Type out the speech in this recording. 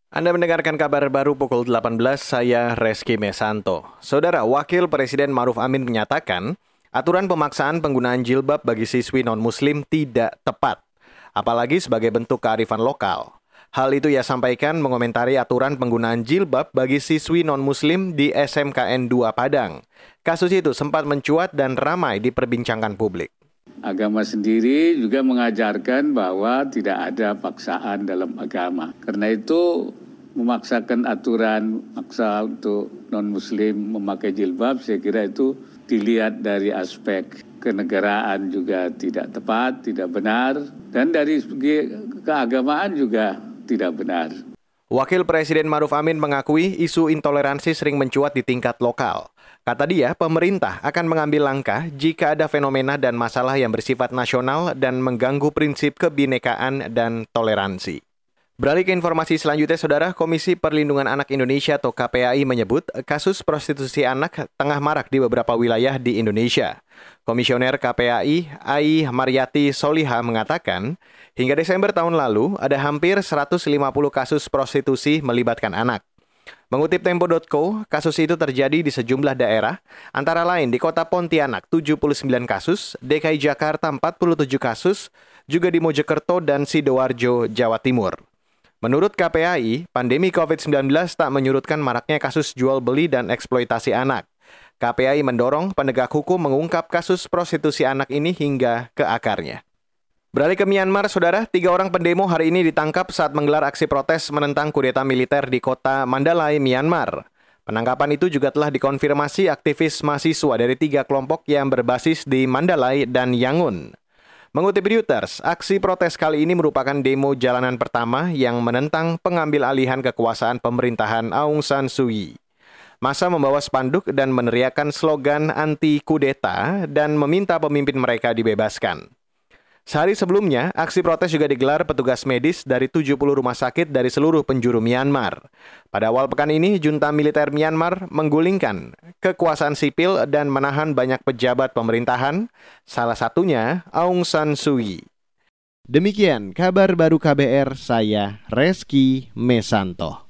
Anda mendengarkan kabar baru pukul 18, saya Reski Mesanto. Saudara, Wakil Presiden Maruf Amin menyatakan, aturan pemaksaan penggunaan jilbab bagi siswi non-muslim tidak tepat, apalagi sebagai bentuk kearifan lokal. Hal itu ia sampaikan mengomentari aturan penggunaan jilbab bagi siswi non-muslim di SMKN 2 Padang. Kasus itu sempat mencuat dan ramai diperbincangkan publik. Agama sendiri juga mengajarkan bahwa tidak ada paksaan dalam agama. Karena itu memaksakan aturan maksa untuk non-muslim memakai jilbab, saya kira itu dilihat dari aspek kenegaraan juga tidak tepat, tidak benar, dan dari segi keagamaan juga tidak benar. Wakil Presiden Maruf Amin mengakui isu intoleransi sering mencuat di tingkat lokal. Kata dia, pemerintah akan mengambil langkah jika ada fenomena dan masalah yang bersifat nasional dan mengganggu prinsip kebinekaan dan toleransi. Beralih ke informasi selanjutnya, Saudara, Komisi Perlindungan Anak Indonesia atau KPAI menyebut kasus prostitusi anak tengah marak di beberapa wilayah di Indonesia. Komisioner KPAI, Ai Maryati Soliha mengatakan, hingga Desember tahun lalu ada hampir 150 kasus prostitusi melibatkan anak. Mengutip Tempo.co, kasus itu terjadi di sejumlah daerah, antara lain di Kota Pontianak 79 kasus, DKI Jakarta 47 kasus, juga di Mojokerto dan Sidoarjo, Jawa Timur. Menurut KPAI, pandemi COVID-19 tak menyurutkan maraknya kasus jual beli dan eksploitasi anak. KPAI mendorong penegak hukum mengungkap kasus prostitusi anak ini hingga ke akarnya. Beralih ke Myanmar, Saudara, 3 orang pendemo hari ini ditangkap saat menggelar aksi protes menentang kudeta militer di kota Mandalay, Myanmar. Penangkapan itu juga telah dikonfirmasi aktivis mahasiswa dari 3 kelompok yang berbasis di Mandalay dan Yangon. Mengutip Reuters, aksi protes kali ini merupakan demo jalanan pertama yang menentang pengambil alihan kekuasaan pemerintahan Aung San Suu Kyi. Massa membawa spanduk dan meneriakkan slogan anti-kudeta dan meminta pemimpin mereka dibebaskan. Sehari sebelumnya, aksi protes juga digelar petugas medis dari 70 rumah sakit dari seluruh penjuru Myanmar. Pada awal pekan ini, junta militer Myanmar menggulingkan kekuasaan sipil dan menahan banyak pejabat pemerintahan, salah satunya Aung San Suu Kyi. Demikian kabar baru KBR, saya Reski Mesanto.